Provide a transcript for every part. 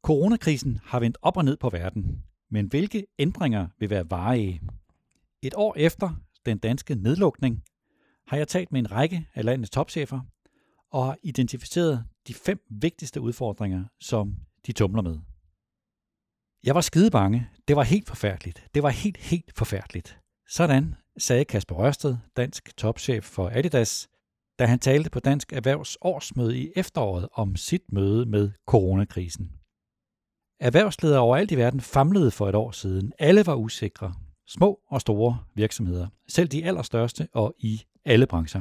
Coronakrisen har vendt op og ned på verden, men hvilke ændringer vil være varige? Et år efter den danske nedlukning har jeg talt med en række af landets topchefer og har identificeret de 5 vigtigste udfordringer, som de tumler med. Jeg var skidebange. Det var helt forfærdeligt. Det var helt forfærdeligt. Sådan sagde Kasper Rørsted, dansk topchef for Adidas, da han talte på Dansk Erhvervs årsmøde i efteråret om sit møde med coronakrisen. Erhvervsledere overalt i verden famlede for et år siden. Alle var usikre. Små og store virksomheder. Selv de allerstørste og i alle brancher.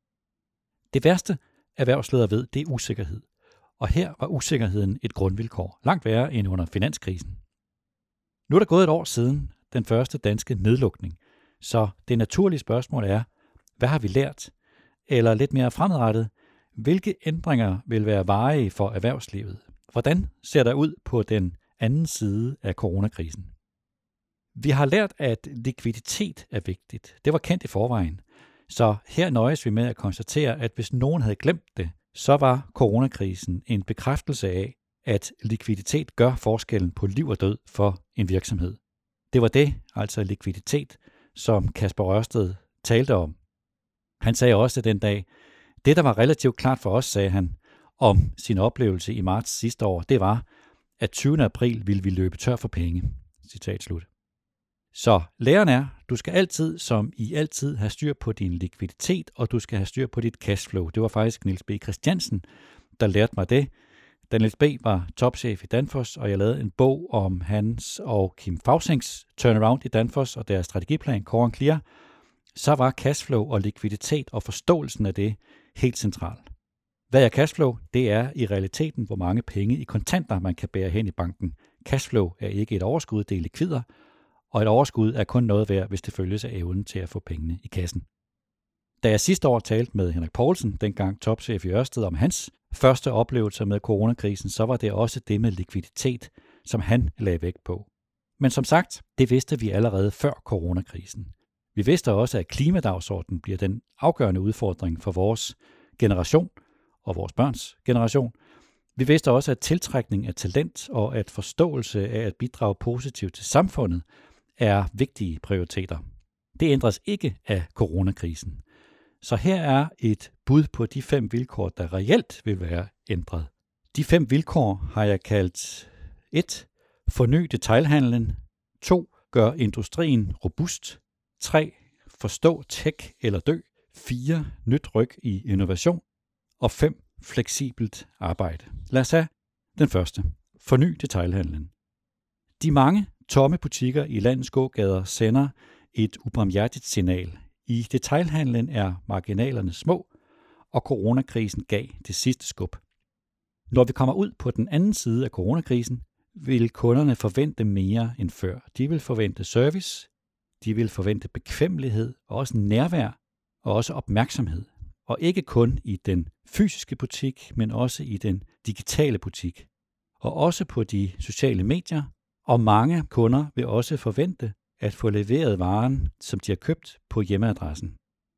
Det værste erhvervsledere ved, det er usikkerhed. Og her var usikkerheden et grundvilkår. Langt værre end under finanskrisen. Nu er der gået et år siden den første danske nedlukning. Så det naturlige spørgsmål er, hvad har vi lært? Eller lidt mere fremadrettet, hvilke ændringer vil være varige for erhvervslivet? Hvordan ser der ud på den anden side af coronakrisen? Vi har lært, at likviditet er vigtigt. Det var kendt i forvejen. Så her nøjes vi med at konstatere, at hvis nogen havde glemt det, så var coronakrisen en bekræftelse af, at likviditet gør forskellen på liv og død for en virksomhed. Det var det, altså likviditet, som Kasper Rørsted talte om. Han sagde også den dag, det der var relativt klart for os, sagde han, om sin oplevelse i marts sidste år, det var, at 20. april ville vi løbe tør for penge. Citat slut. Så læren er, du skal altid, som i altid, have styr på din likviditet, og du skal have styr på dit cashflow. Det var faktisk Niels B. Christiansen, der lærte mig det. Da Niels B. var topchef i Danfoss, og jeg lavede en bog om hans og Kim Fausings turnaround i Danfoss og deres strategiplan Core and Clear, så var cashflow og likviditet og forståelsen af det helt centralt. Hvad er cashflow? Det er i realiteten, hvor mange penge i kontanter man kan bære hen i banken. Cashflow er ikke et overskud, det er likvider, og et overskud er kun noget værd, hvis det følges af evnen til at få pengene i kassen. Da jeg sidste år talte med Henrik Poulsen, dengang topchef i Ørsted, om hans første oplevelser med coronakrisen, så var det også det med likviditet, som han lagde vægt på. Men som sagt, det vidste vi allerede før coronakrisen. Vi vidste også, at klimadagsordenen bliver den afgørende udfordring for vores generation og vores børns generation. Vi vidste også, at tiltrækning af talent og at forståelse af at bidrage positivt til samfundet er vigtige prioriteter. Det ændres ikke af coronakrisen. Så her er et bud på de 5 vilkår, der reelt vil være ændret. De 5 vilkår har jeg kaldt 1. Forny detailhandlen. 2. Gør industrien robust. 3. Forstå tech eller dø. 4. Nyt ryk i innovation. Og 5. Fleksibelt arbejde. Lad os have den første. Forny detailhandlen. De mange tomme butikker i landets gågader sender et ubarmhjertigt signal. I detailhandlen er marginalerne små, og coronakrisen gav det sidste skub. Når vi kommer ud på den anden side af coronakrisen, vil kunderne forvente mere end før. De vil forvente service, de vil forvente bekvemmelighed, og også nærvær, og også opmærksomhed. Og ikke kun i den fysiske butik, men også i den digitale butik. Og også på de sociale medier, og mange kunder vil også forvente at få leveret varen, som de har købt på hjemmeadressen.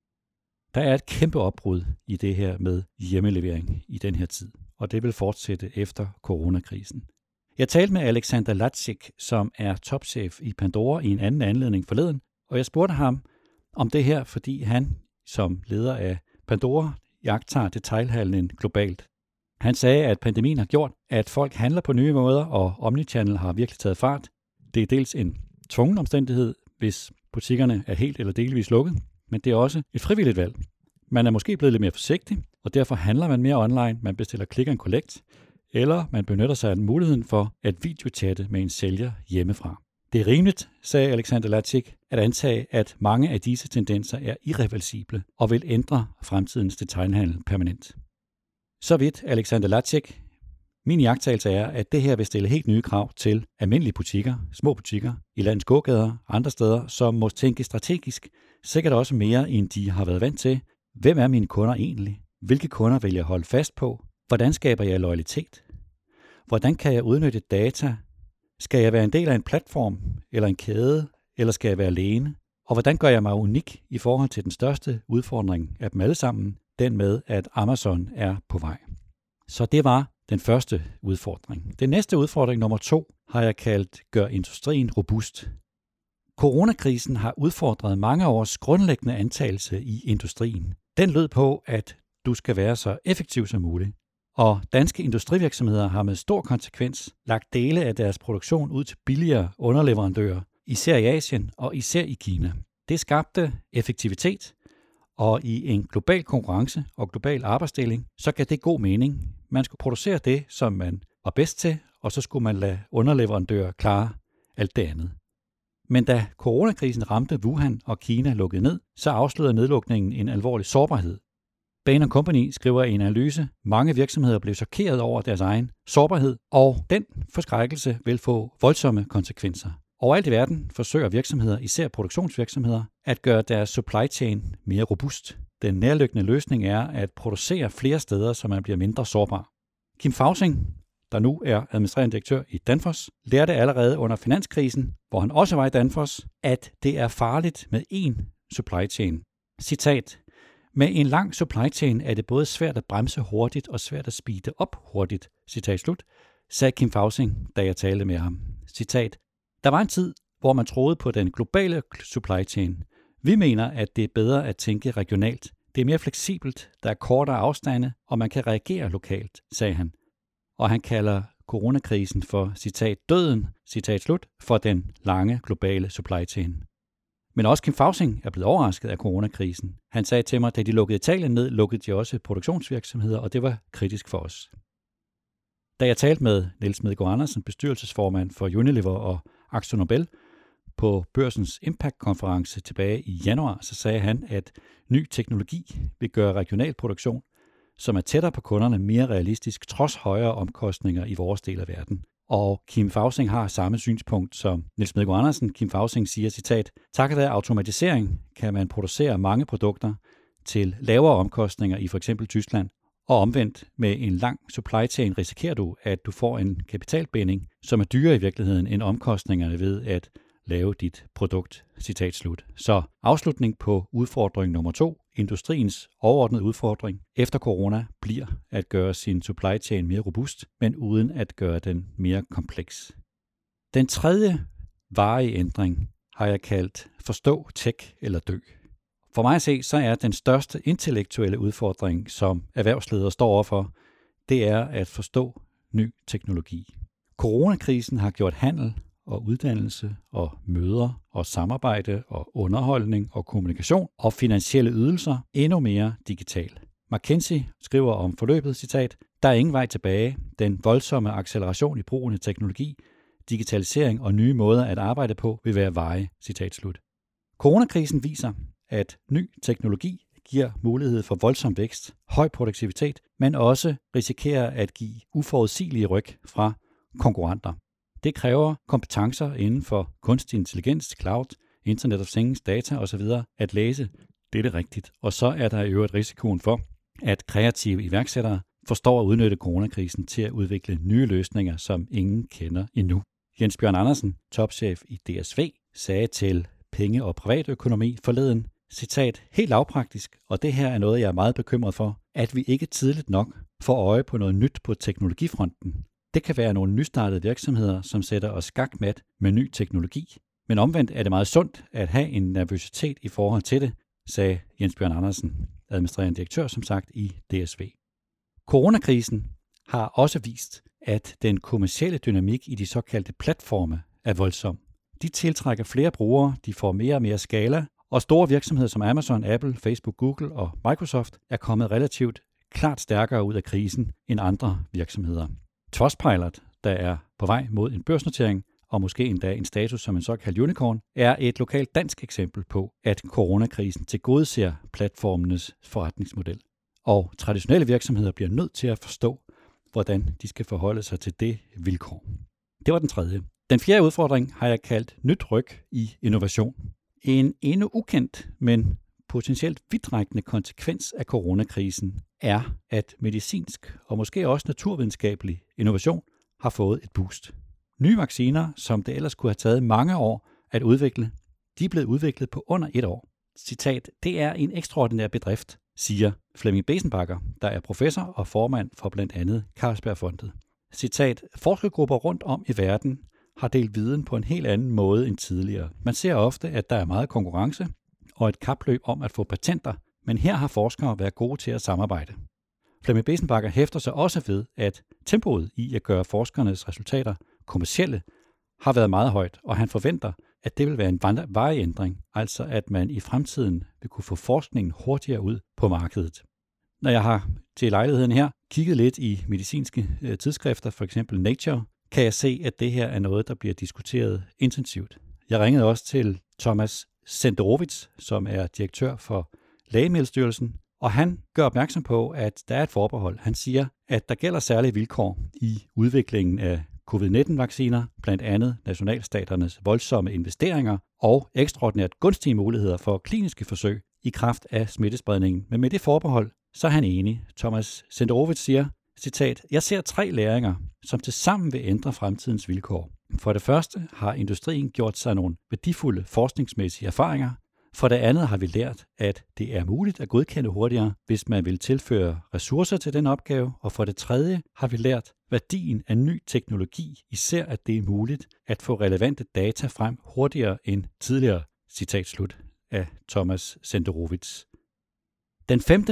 Der er et kæmpe opbrud i det her med hjemmelevering i den her tid, og det vil fortsætte efter coronakrisen. Jeg talte med Alexander Latsik, som er topchef i Pandora i en anden anledning forleden, og jeg spurgte ham om det her, fordi han som leder af Pandora jagter detailhandlen globalt. Han sagde, at pandemien har gjort, at folk handler på nye måder, og omnichannel har virkelig taget fart. Det er dels en tvungen omstændighed, hvis butikkerne er helt eller delvis lukket, men det er også et frivilligt valg. Man er måske blevet lidt mere forsigtig, og derfor handler man mere online, man bestiller click and collect, eller man benytter sig af muligheden for at videochatte med en sælger hjemmefra. Det er rimeligt, sagde Alexander Latsik, at antage, at mange af disse tendenser er irreversible og vil ændre fremtidens detailhandel permanent. Så vidt Alexander Latsik. Min iagttagelse er, at det her vil stille helt nye krav til almindelige butikker, små butikker, i landets gågader, andre steder, som må tænke strategisk, sikkert også mere end de har været vant til. Hvem er mine kunder egentlig? Hvilke kunder vil jeg holde fast på? Hvordan skaber jeg loyalitet? Hvordan kan jeg udnytte data? Skal jeg være en del af en platform eller en kæde, eller skal jeg være alene? Og hvordan gør jeg mig unik i forhold til den største udfordring af dem alle sammen, den med, at Amazon er på vej? Så det var den første udfordring. Den næste udfordring, nummer 2, har jeg kaldt gør industrien robust. Coronakrisen har udfordret mange års grundlæggende antagelse i industrien. Den lød på, at du skal være så effektiv som muligt. Og danske industrivirksomheder har med stor konsekvens lagt dele af deres produktion ud til billigere underleverandører, især i Asien og især i Kina. Det skabte effektivitet, og i en global konkurrence og global arbejdsdeling, så gav det god mening. Man skulle producere det, som man var bedst til, og så skulle man lade underleverandører klare alt det andet. Men da coronakrisen ramte Wuhan og Kina lukkede ned, så afslørede nedlukningen en alvorlig sårbarhed. Bain & Company skriver i en analyse, mange virksomheder blev chokeret over deres egen sårbarhed, og den forskrækkelse vil få voldsomme konsekvenser. Overalt i verden forsøger virksomheder, især produktionsvirksomheder, at gøre deres supply chain mere robust. Den nærliggende løsning er at producere flere steder, så man bliver mindre sårbar. Kim Fausing, der nu er administrerende direktør i Danfoss, lærte allerede under finanskrisen, hvor han også var i Danfoss, at det er farligt med én supply chain. Citat: med en lang supply chain er det både svært at bremse hurtigt og svært at speede op hurtigt, citat slut, sagde Kim Fausing, da jeg talte med ham. Citat: der var en tid, hvor man troede på den globale supply chain. Vi mener, at det er bedre at tænke regionalt. Det er mere fleksibelt, der er kortere afstande, og man kan reagere lokalt, sagde han. Og han kalder coronakrisen for, citat, døden, citat slut, for den lange globale supply chain. Men også Kim Fausing er blevet overrasket af coronakrisen. Han sagde til mig, da de lukkede Italien ned, lukkede de også produktionsvirksomheder, og det var kritisk for os. Da jeg talte med Niels Smedegaard Andersen, bestyrelsesformand for Unilever og AkzoNobel, på Børsens Impact-konference tilbage i januar, så sagde han, at ny teknologi vil gøre regional produktion, som er tættere på kunderne, mere realistisk, trods højere omkostninger i vores del af verden. Og Kim Fausing har samme synspunkt som Niels Smedegaard Andersen. Kim Fausing siger, citat, takket af automatisering kan man producere mange produkter til lavere omkostninger i f.eks. Tyskland, og omvendt med en lang supply chain risikerer du, at du får en kapitalbinding, som er dyrere i virkeligheden end omkostningerne ved at lave dit produkt, citat slut. Så afslutning på udfordring nummer 2, industriens overordnede udfordring efter corona bliver at gøre sin supply chain mere robust, men uden at gøre den mere kompleks. Den tredje varige ændring har jeg kaldt forstå tech eller dø. For mig at se, så er den største intellektuelle udfordring, som erhvervsledere står overfor, det er at forstå ny teknologi. Coronakrisen har gjort handel og uddannelse og møder og samarbejde og underholdning og kommunikation og finansielle ydelser endnu mere digital. McKinsey skriver om forløbet, citat, der er ingen vej tilbage. Den voldsomme acceleration i brugen af teknologi, digitalisering og nye måder at arbejde på vil være veje, citat slut. Coronakrisen viser, at ny teknologi giver mulighed for voldsom vækst, høj produktivitet, men også risikerer at give uforudsigelige ryg fra konkurrenter. Det kræver kompetencer inden for kunstig intelligens, cloud, Internet of Things, data osv. at læse dette rigtigt. Og så er der i øvrigt risikoen for, at kreative iværksættere forstår at udnytte coronakrisen til at udvikle nye løsninger, som ingen kender endnu. Jens Bjørn Andersen, topchef i DSV, sagde til Penge og Privatøkonomi forleden, citat, helt lavpraktisk, og det her er noget, jeg er meget bekymret for, at vi ikke tidligt nok får øje på noget nyt på teknologifronten. Det kan være nogle nystartede virksomheder, som sætter os skakmat med ny teknologi. Men omvendt er det meget sundt at have en nervøsitet i forhold til det, sagde Jens Bjørn Andersen, administrerende direktør, som sagt, i DSV. Coronakrisen har også vist, at den kommercielle dynamik i de såkaldte platforme er voldsom. De tiltrækker flere brugere, de får mere og mere skala, og store virksomheder som Amazon, Apple, Facebook, Google og Microsoft er kommet relativt klart stærkere ud af krisen end andre virksomheder. Trustpilot, der er på vej mod en børsnotering, og måske endda en status som en såkaldt unicorn, er et lokalt dansk eksempel på, at coronakrisen tilgodeser platformenes forretningsmodel. Og traditionelle virksomheder bliver nødt til at forstå, hvordan de skal forholde sig til det vilkår. Det var den tredje. Den fjerde udfordring har jeg kaldt nyt ryg i innovation. En endnu ukendt, men potentielt vidtrækkende konsekvens af coronakrisen er, at medicinsk og måske også naturvidenskabelig innovation har fået et boost. Nye vacciner, som det ellers kunne have taget mange år at udvikle, de er blevet udviklet på under 1 år. Citat, det er en ekstraordinær bedrift, siger Flemming Besenbacher, der er professor og formand for blandt andet Carlsbergfondet. Citat, forskergrupper rundt om i verden har delt viden på en helt anden måde end tidligere. Man ser ofte, at der er meget konkurrence og et kapløb om at få patenter, men her har forskere været gode til at samarbejde. Flemming Besenbacher hæfter sig også ved, at tempoet i at gøre forskernes resultater kommercielle har været meget højt, og han forventer, at det vil være en varig ændring, altså at man i fremtiden vil kunne få forskningen hurtigere ud på markedet. Når jeg har til lejligheden her kigget lidt i medicinske tidsskrifter, for eksempel Nature, kan jeg se, at det her er noget, der bliver diskuteret intensivt. Jeg ringede også til Thomas Senderovitz, som er direktør for Lægemiddelstyrelsen, og han gør opmærksom på, at der er et forbehold. Han siger, at der gælder særlige vilkår i udviklingen af covid-19-vacciner, blandt andet nationalstaternes voldsomme investeringer og ekstraordinært gunstige muligheder for kliniske forsøg i kraft af smittespredningen. Men med det forbehold, så er han enig. Thomas Senderovitz siger, citat, jeg ser 3 læringer, som tilsammen vil ændre fremtidens vilkår. For det første har industrien gjort sig nogle værdifulde forskningsmæssige erfaringer. For det andet har vi lært, at det er muligt at godkende hurtigere, hvis man vil tilføre ressourcer til den opgave. Og for det tredje har vi lært værdien af ny teknologi, især at det er muligt at få relevante data frem hurtigere end tidligere. Citat slut af Thomas Senderovitz. Den 5.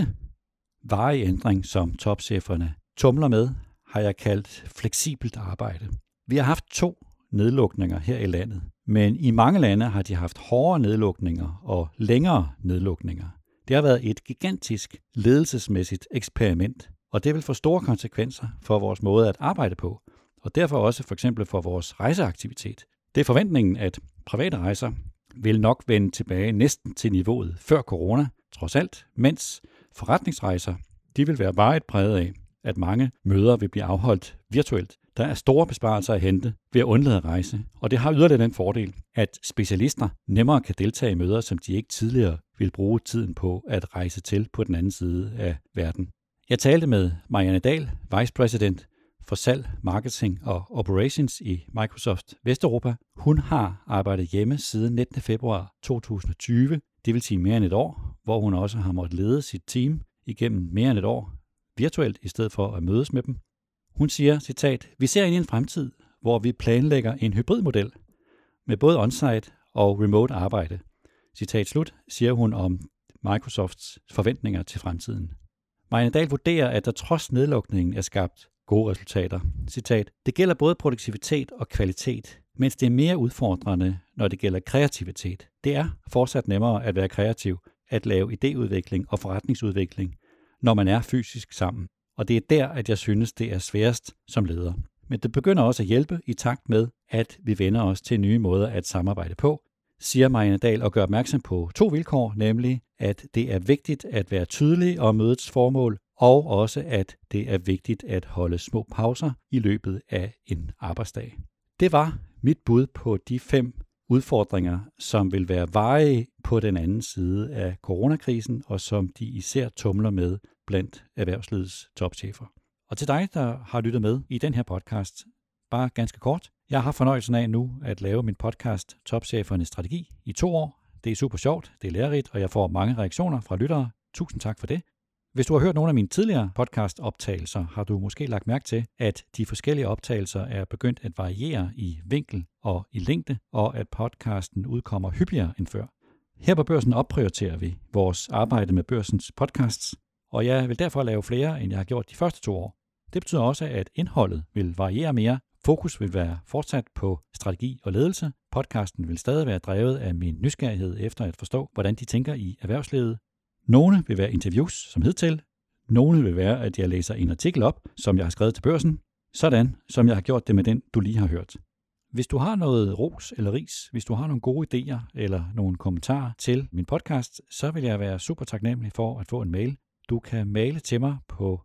varige ændring, som topcheferne tumler med, har jeg kaldt fleksibelt arbejde. Vi har haft 2 nedlukninger her i landet, men i mange lande har de haft hårdere nedlukninger og længere nedlukninger. Det har været et gigantisk ledelsesmæssigt eksperiment, og det vil få store konsekvenser for vores måde at arbejde på, og derfor også for eksempel for vores rejseaktivitet. Det er forventningen, at private rejser vil nok vende tilbage næsten til niveauet før corona, trods alt, mens forretningsrejser, de vil være varigt præget af, at mange møder vil blive afholdt virtuelt. Der er store besparelser at hente ved at undlade at rejse, og det har yderligere den fordel, at specialister nemmere kan deltage i møder, som de ikke tidligere ville bruge tiden på at rejse til på den anden side af verden. Jeg talte med Marianne Dahl, Vice President for salg, marketing og operations i Microsoft Vesteuropa. Hun har arbejdet hjemme siden 19. februar 2020, det vil sige mere end et år, hvor hun også har måttet lede sit team igennem mere end et år virtuelt i stedet for at mødes med dem. Hun siger, citat, vi ser ind i en fremtid, hvor vi planlægger en hybridmodel med både on-site og remote arbejde. Citat slut, siger hun om Microsofts forventninger til fremtiden. Marianne Dahl vurderer, at der trods nedlukningen er skabt gode resultater. Citat, det gælder både produktivitet og kvalitet, mens det er mere udfordrende, når det gælder kreativitet. Det er fortsat nemmere at være kreativ, at lave idéudvikling og forretningsudvikling, når man er fysisk sammen. Og det er der, at jeg synes, det er sværest som leder. Men det begynder også at hjælpe i takt med, at vi vender os til nye måder at samarbejde på, siger Marianne Dahl og gør opmærksom på 2 vilkår, nemlig at det er vigtigt at være tydelig om mødets formål, og også at det er vigtigt at holde små pauser i løbet af en arbejdsdag. Det var mit bud på de 5 udfordringer, som vil være varige på den anden side af coronakrisen, og som de især tumler med blandt erhvervslivets topchefer. Og til dig, der har lyttet med i den her podcast, bare ganske kort. Jeg har fornøjelsen af nu at lave min podcast Topchefernes Strategi i 2 år. Det er super sjovt, det er lærerigt, og jeg får mange reaktioner fra lyttere. Tusind tak for det. Hvis du har hørt nogle af mine tidligere podcast-optagelser, har du måske lagt mærke til, at de forskellige optagelser er begyndt at variere i vinkel og i længde, og at podcasten udkommer hyppigere end før. Her på Børsen opprioriterer vi vores arbejde med Børsens podcasts, og jeg vil derfor lave flere, end jeg har gjort de første 2 år. Det betyder også, at indholdet vil variere mere. Fokus vil være fortsat på strategi og ledelse. Podcasten vil stadig være drevet af min nysgerrighed efter at forstå, hvordan de tænker i erhvervslivet. Nogle vil være interviews som hidtil. Nogle vil være, at jeg læser en artikel op, som jeg har skrevet til Børsen. Sådan, som jeg har gjort det med den, du lige har hørt. Hvis du har noget ros eller ris, hvis du har nogle gode idéer eller nogle kommentarer til min podcast, så vil jeg være super taknemmelig for at få en mail. Du kan maile til mig på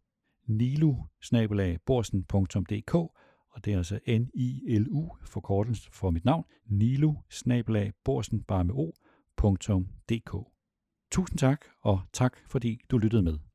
nilu@borsen.dk, og det er altså NILU, forkortelse for mit navn, nilu@borsen.dk. Tusind tak, og tak fordi du lyttede med.